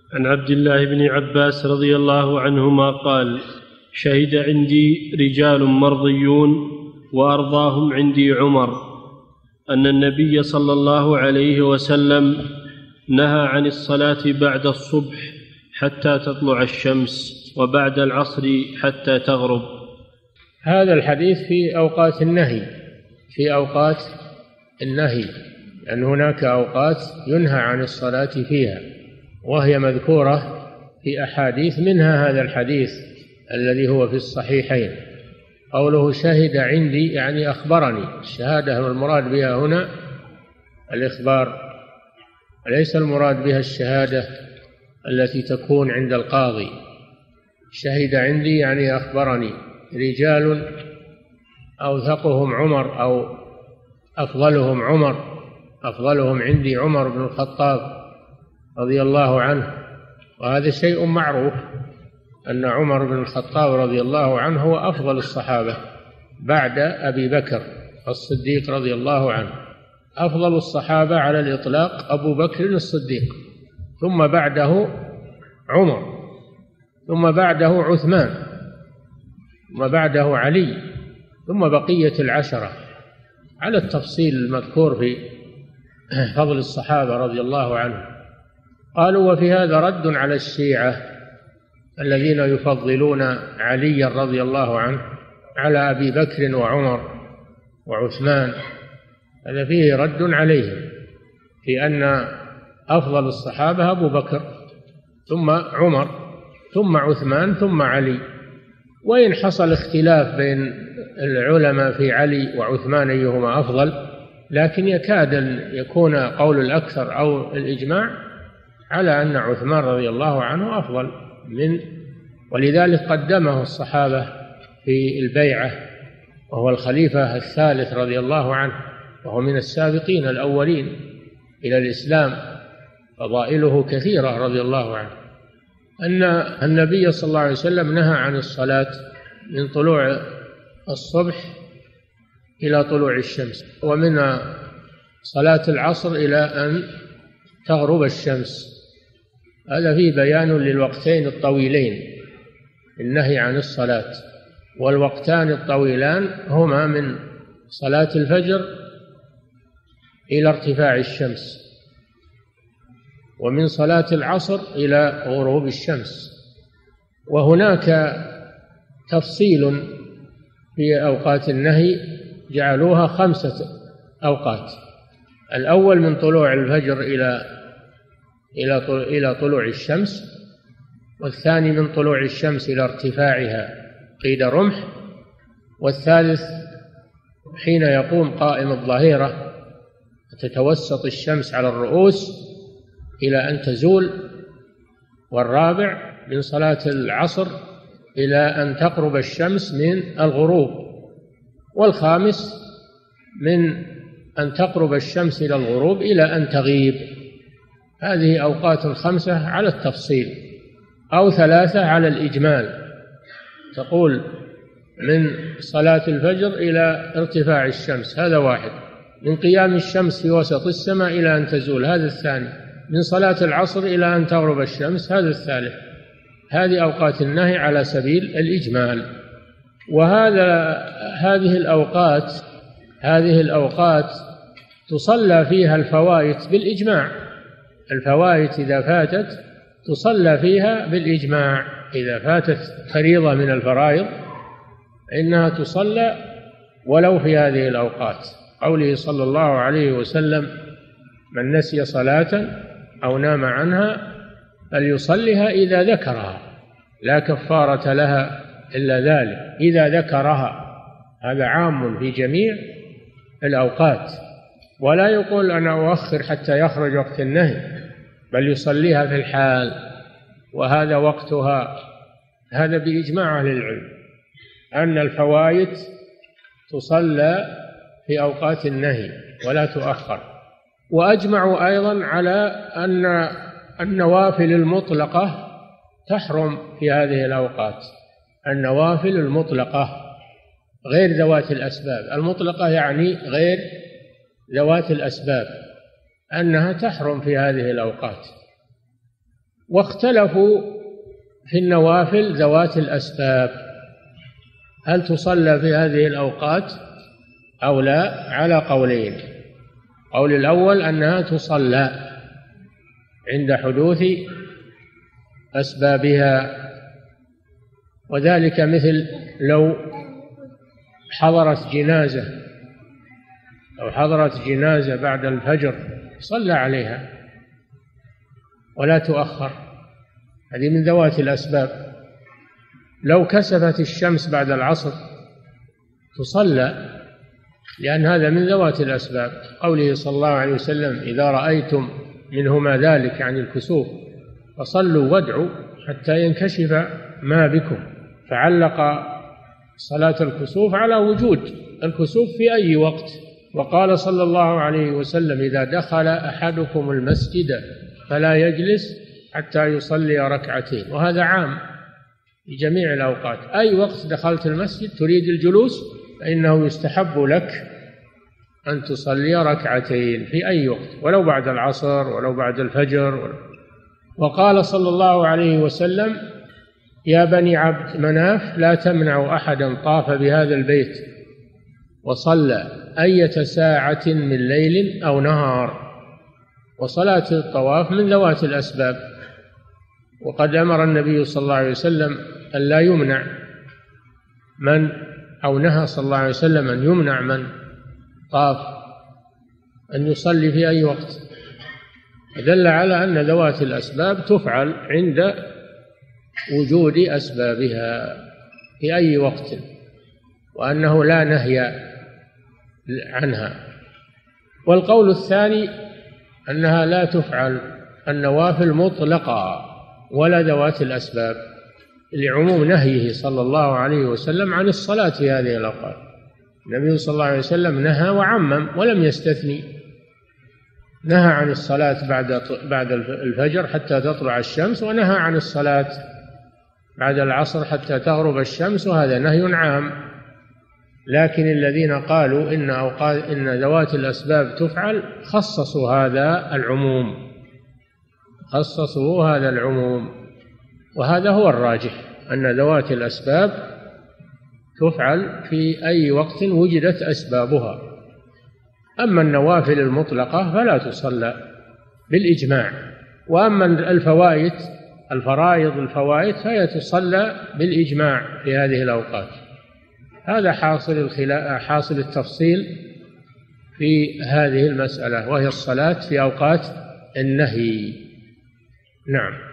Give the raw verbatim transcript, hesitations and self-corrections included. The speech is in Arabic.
عن عبد الله بن عباس رضي الله عنهما قال: شهد عندي رجال مرضيون وأرضاهم عندي عمر أن النبي صلى الله عليه وسلم نهى عن الصلاة بعد الصبح حتى تطلع الشمس وبعد العصر حتى تغرب. هذا الحديث في أوقات النهي، في أوقات النهي، لأن هناك أوقات ينهى عن الصلاة فيها وهي مذكورة في أحاديث، منها هذا الحديث الذي هو في الصحيحين. قوله شهد عندي يعني أخبرني، الشهادة المراد بها هنا الإخبار، ليس المراد بها الشهادة التي تكون عند القاضي. شهد عندي يعني أخبرني رجال أوثقهم عمر أو أفضلهم عمر، أفضلهم عندي عمر بن الخطاب رضي الله عنه. وهذا شيء معروف أن عمر بن الخطاب رضي الله عنه هو أفضل الصحابة بعد أبي بكر الصديق رضي الله عنه. أفضل الصحابة على الإطلاق أبو بكر الصديق، ثم بعده عمر، ثم بعده عثمان، ثم بعده علي، ثم بقية العشرة على التفصيل المذكور في فضل الصحابة رضي الله عنهم. قالوا: وفي هذا رد على الشيعة الذين يفضلون عليا رضي الله عنه على أبي بكر وعمر وعثمان. هذا فيه رد عليهم في أن أفضل الصحابة أبو بكر ثم عمر ثم عثمان ثم علي. وإن حصل اختلاف بين العلماء في علي وعثمان أيهما أفضل، لكن يكاد أن يكون قول الأكثر أو الإجماع على أن عثمان رضي الله عنه أفضل من، ولذلك قدمه الصحابة في البيعة، وهو الخليفة الثالث رضي الله عنه، وهو من السابقين الأولين إلى الإسلام، فضائله كثيرة رضي الله عنه. أن النبي صلى الله عليه وسلم نهى عن الصلاة من طلوع الصبح إلى طلوع الشمس، ومن صلاة العصر إلى أن تغرب الشمس. هذا فيه بيان للوقتين الطويلين، النهي عن الصلاة. والوقتان الطويلان هما من صلاة الفجر إلى ارتفاع الشمس، ومن صلاة العصر إلى غروب الشمس. وهناك تفصيل في أوقات النهي جعلوها خمسة أوقات: الأول من طلوع الفجر إلى إلى طلوع الشمس، والثاني من طلوع الشمس إلى ارتفاعها قيد رمح، والثالث حين يقوم قائم الظهيرة تتوسط الشمس على الرؤوس إلى أن تزول، والرابع من صلاة العصر إلى أن تقرب الشمس من الغروب، والخامس من أن تقرب الشمس إلى الغروب إلى أن تغيب. هذه أوقات خمسة على التفصيل، أو ثلاثة على الإجمال. تقول من صلاة الفجر إلى ارتفاع الشمس، هذا واحد. من قيام الشمس في وسط السماء إلى أن تزول، هذا الثاني. من صلاة العصر إلى أن تغرب الشمس، هذا الثالث. هذه أوقات النهي على سبيل الإجمال. وهذا هذه الأوقات هذه الأوقات تصلى فيها الفوائت بالإجماع. الفوائت إذا فاتت تصلى فيها بالإجماع. إذا فاتت فريضة من الفرائض إنها تصلى ولو في هذه الأوقات. قوله صلى الله عليه وسلم: من نسي صلاة أو نام عنها فليصلها إذا ذكرها، لا كفارة لها إلا ذلك، إذا ذكرها. هذا عام في جميع الأوقات، ولا يقول أنا أؤخر حتى يخرج وقت النهي، بل يصليها في الحال وهذا وقتها. هذا بإجماع أهل العلم أن الفوائت تصلى في أوقات النهي ولا تؤخر. وأجمعوا أيضا على أن النوافل المطلقة تحرم في هذه الأوقات. النوافل المطلقة غير ذوات الأسباب، المطلقة يعني غير ذوات الأسباب، أنها تحرم في هذه الأوقات. واختلفوا في النوافل ذوات الأسباب، هل تصلى في هذه الأوقات أو لا، على قولين. قول الأول أنها تصلى عند حدوث أسبابها، وذلك مثل لو حضرت جنازة أو حضرت جنازة بعد الفجر صلى عليها ولا تؤخر، هذه من ذوات الأسباب. لو كسفت الشمس بعد العصر تصلى، لأن هذا من ذوات الأسباب. قوله صلى الله عليه وسلم: إذا رأيتم منهما ذلك عن الكسوف فصلوا وادعوا حتى ينكشف ما بكم. فعلق صلاة الكسوف على وجود الكسوف في أي وقت. وقال صلى الله عليه وسلم: إذا دخل أحدكم المسجد فلا يجلس حتى يصلي ركعتين. وهذا عام في جميع الأوقات، أي وقت دخلت المسجد تريد الجلوس فإنه يستحب لك أن تصلي ركعتين في أي وقت، ولو بعد العصر ولو بعد الفجر. وقال صلى الله عليه وسلم: يا بني عبد مناف لا تمنعوا أحدا طاف بهذا البيت وصلى أية ساعة من ليل أو نهار. وصلاة الطواف من ذوات الأسباب، وقد أمر النبي صلى الله عليه وسلم أن لا يمنع من أو نهى صلى الله عليه وسلم أن يمنع من طاف أن يصلي في أي وقت. دل على أن ذوات الأسباب تفعل عند وجود أسبابها في أي وقت، وأنه لا نهي عنها. والقول الثاني أنها لا تفعل النوافل مطلقة ولا ذوات الأسباب، لعموم نهيه صلى الله عليه وسلم عن الصلاة في هذه الأوقات. النبي صلى الله عليه وسلم نهى وعمم ولم يستثني، نهى عن الصلاة بعد بعد الفجر حتى تطلع الشمس، ونهى عن الصلاة بعد العصر حتى تغرب الشمس، وهذا نهي عام. لكن الذين قالوا إن أوقات إن ذوات الأسباب تفعل خصصوا هذا العموم، خصصوا هذا العموم، وهذا هو الراجح أن ذوات الأسباب تفعل في أي وقت وجدت أسبابها. أما النوافل المطلقة فلا تصلى بالإجماع. وأما الفوائد الفرائض الفوائد فهي تصلى بالإجماع في هذه الأوقات. هذا حاصل الخلاف حاصل التفصيل في هذه المسألة، وهي الصلاة في أوقات النهي. نعم.